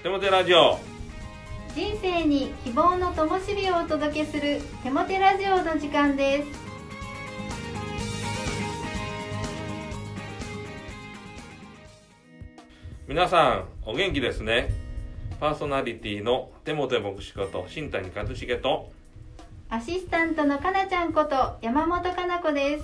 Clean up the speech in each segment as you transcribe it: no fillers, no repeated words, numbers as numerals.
テモテラジオ、 人生に希望の灯火をお届けするテモテラジオの時間です。 皆さんお元気ですね。パーソナリティのテモテ牧師こと新谷和重とアシスタントのかなちゃんこと山本かな子です。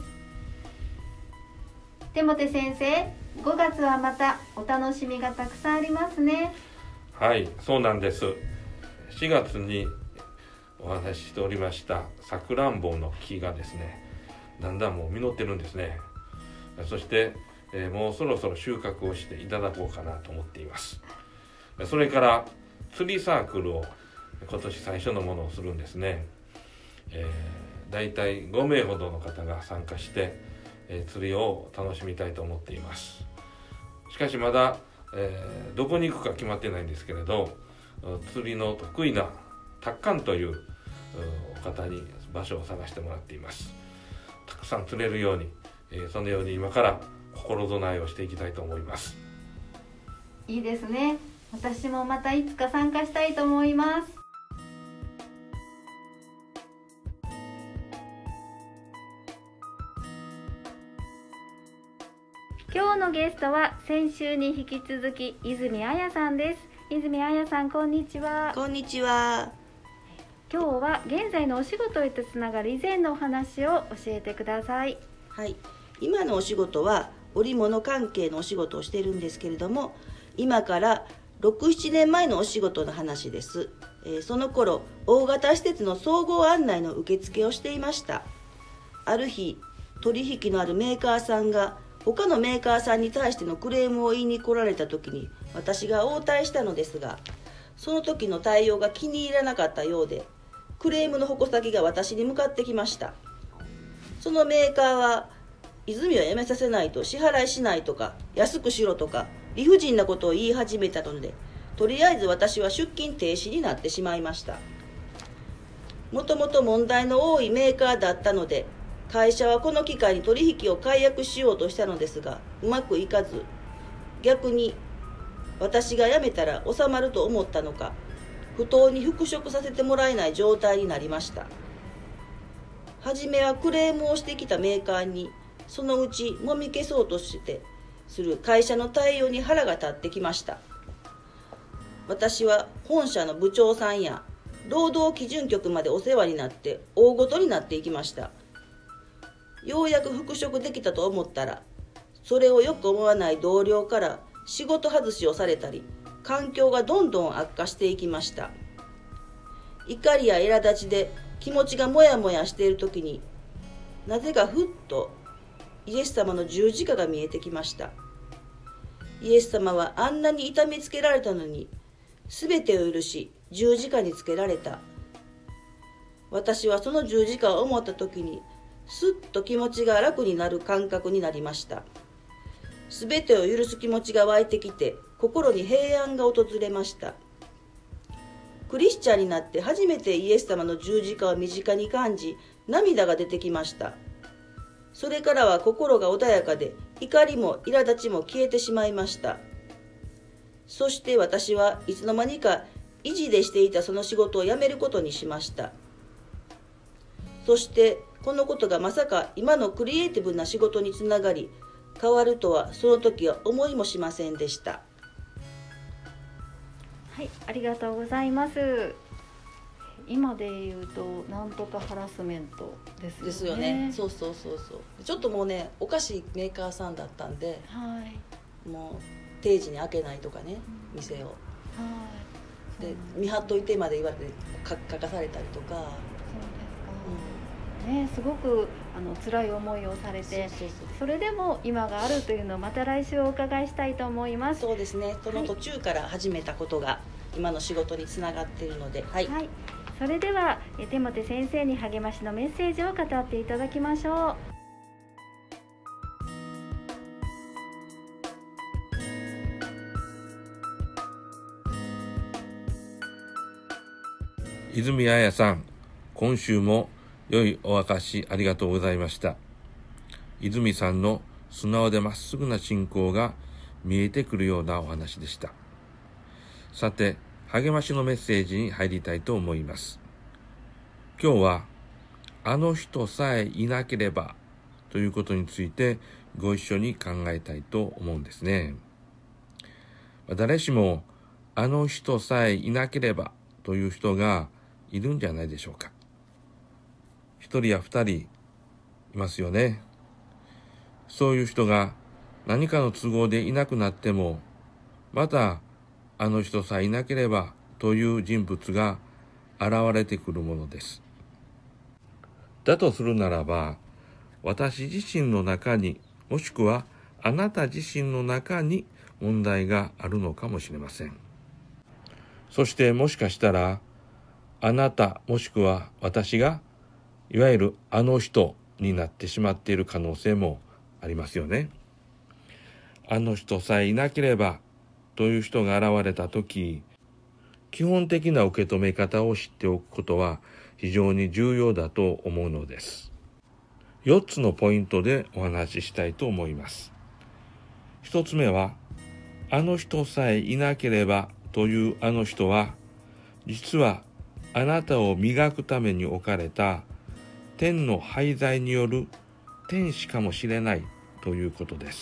テモテ先生、5月はまたお楽しみがたくさんありますね。 はい、そうなんです。4月にお話ししておりましたさくらんぼの木がですね、だんだんもう実ってるんですね。そして、もうそろそろ収穫をしていただこうかなと思っています。それから釣りサークルを今年最初のものをするんですね。だいたい5名ほどの方が参加して、釣りを楽しみたいと思っています。しかしまだ、どこに行くか決まってないんですけれど、釣りの得意なタッカンというお方に場所を探してもらっています。たくさん釣れるように、そのように今から心備えをしていきたいと思います。 いいですね。私もまたいつか参加したいと思います。今日のゲストは先週に引き続き泉彩さんです。泉彩さん、こんにちは。 こんにちは。 今日は現在のお仕事へとつながる以前のお話を教えてください。 はい、今のお仕事は織物関係のお仕事をしているんですけれども、今から6、7年前のお仕事の話です。その頃大型施設の総合案内の受付をしていました。ある日、取引のあるメーカーさんが他のメーカーさんに対してのクレームを言いに来られた時に私が応対したのですが、その時の対応が気に入らなかったようで、クレームの矛先が私に向かってきました。そのメーカーは泉を辞めさせないと支払いしないとか安くしろとか理不尽なことを言い始めたので、とりあえず私は出勤停止になってしまいました。もともと問題の多いメーカーだったので、会社はこの機会に取引を解約しようとしたのですが、うまくいかず、逆に私が辞めたら収まると思ったのか、不当に復職させてもらえない状態になりました。はじめはクレームをしてきたメーカーにそのうちもみ消そうとしてする会社の対応に腹が立ってきました。私は本社の部長さんや労働基準局までお世話になって大ごとになっていきました。ようやく復職できたと思ったら、それをよく思わない同僚から仕事外しをされたり、環境がどんどん悪化していきました。怒りや苛立ちで気持ちがモヤモヤしている時に、なぜかふっとイエス様の十字架が見えてきました。イエス様はあんなに痛めつけられたのに、すべてを許し十字架につけられた。私はその十字架を思った時に、すっと気持ちが楽になる感覚になりました。すべてを許す気持ちが湧いてきて、心に平安が訪れました。クリスチャンになって初めてイエス様の十字架を身近に感じ、涙が出てきました。それからは心が穏やかで、怒りも苛立ちも消えてしまいました。そして私はいつの間にか維持でしていたその仕事を辞めることにしました。そしてこのことがまさか今のクリエイティブな仕事につながり、変わるとはその時は思いもしませんでした。 はい、ありがとうございます。今で言うとなんとかハラスメントですよね。 そうそうそうそう。ちょっともうね、おかしいメーカーさんだったんで、 はい、 もう定時に開けないとかね、店を、 はい、 で見張っといてまで言われて書かされたりとか。 そうですか、ね、すごく辛い思いをされて、それでも今があるというのをまた来週お伺いしたいと思います。 そうですね、その途中から始めたことが今の仕事につながっているので、はい、 はい、それではテモテ先生に励ましのメッセージを語っていただきましょう。 泉彩さん、今週も良いお証しありがとうございました。泉さんの素直でまっすぐな信仰が見えてくるようなお話でした。 さて、励ましのメッセージに入りたいと思います。今日は、あの人さえいなければということについてご一緒に考えたいと思うんですね。誰しもあの人さえいなければという人がいるんじゃないでしょうか。一人や二人いますよね。そういう人が何かの都合でいなくなっても、またあの人さえいなければという人物が現れてくるものです。だとするならば、私自身の中に、もしくはあなた自身の中に問題があるのかもしれません。そしてもしかしたら、あなたもしくは私がいわゆるあの人になってしまっている可能性もありますよね。あの人さえいなければという人が現れたとき、基本的な受け止め方を知っておくことは非常に重要だと思うのです。4つのポイントでお話ししたいと思います。1つ目は、あの人さえいなければというあの人は、実はあなたを磨くために置かれた天の配在による天使かもしれないということです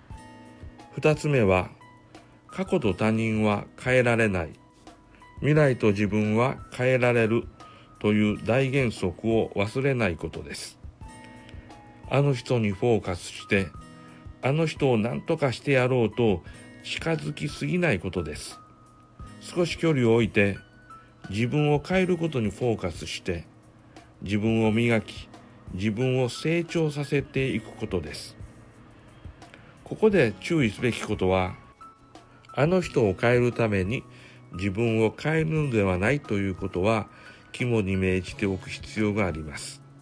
。2つ目は、過去と他人は変えられない、未来と自分は変えられるという大原則を忘れないことです。あの人にフォーカスして、あの人を何とかしてやろうと近づきすぎないことです。少し距離を置いて、自分を変えることにフォーカスして、自分を磨き、自分を成長させていくことです。ここで注意すべきことは、あの人を変えるために自分を変えるのではないということは肝に銘じておく必要があります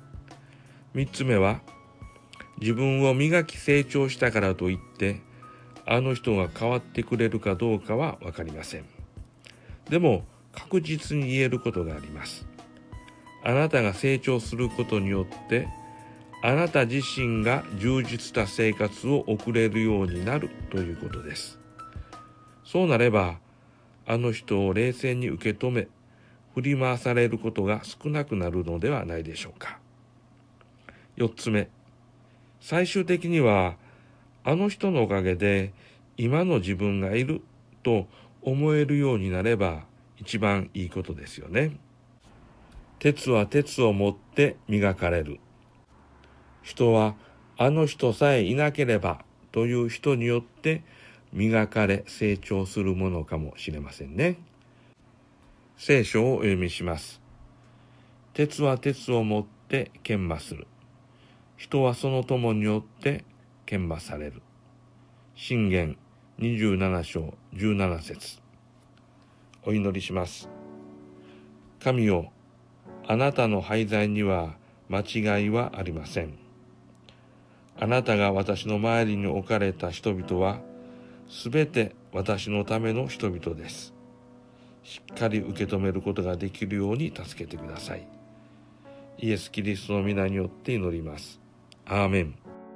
。3つ目は、自分を磨き成長したからといってあの人が変わってくれるかどうかは分かりません。でも確実に言えることがあります。あなたが成長することによってあなた自身が充実した生活を送れるようになるということです。そうなればあの人を冷静に受け止め振り回されることが少なくなるのではないでしょうか。4つ目、最終的にはあの人のおかげで今の自分がいると思えるようになれば一番いいことですよね。鉄は鉄をもって磨かれる。人はあの人さえいなければという人によって磨かれ成長するものかもしれませんね。聖書をお読みします。鉄は鉄をもって研磨する。人はその友によって研磨される。箴言27章17節。お祈りします。神よ、あなたの配在には間違いはありません。あなたが私の周りに置かれた人々はすべて私のための人々です。しっかり受け止めることができるように助けてください。イエス・キリストの皆によって祈ります。アーメン。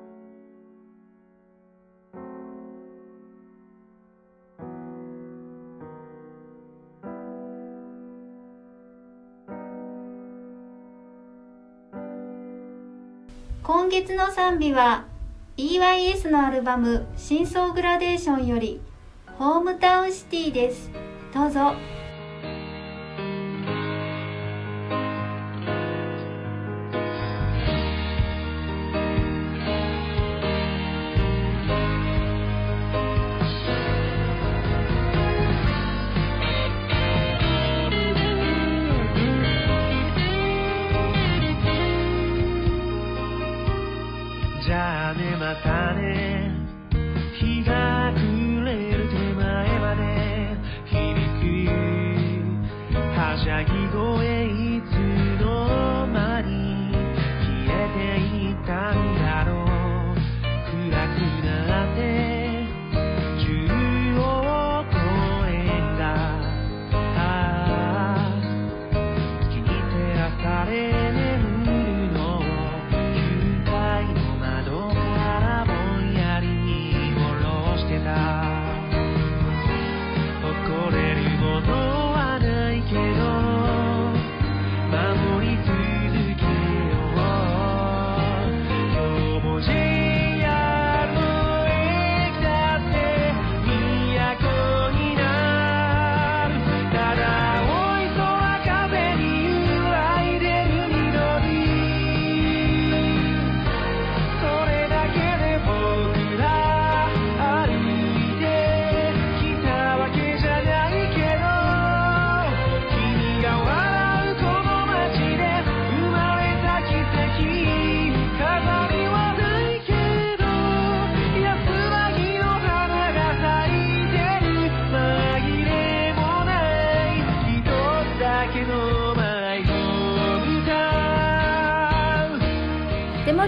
今月の賛美は EYS のアルバム「深層グラデーション」より「ホームタウンシティ」です。どうぞ。 じゃあねまたね、日が暮れる手前まで響くはしゃぎ声、いつの間に消えていったんだろう。暗くなって10億円が月に照らされてた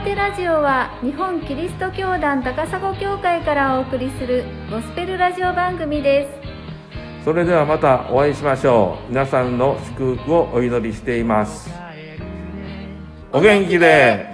てラジオは日本キリスト教団高砂教会からお送りするゴスペルラジオ番組です。 それではまたお会いしましょう。皆さんの祝福をお祈りしています。お元気で。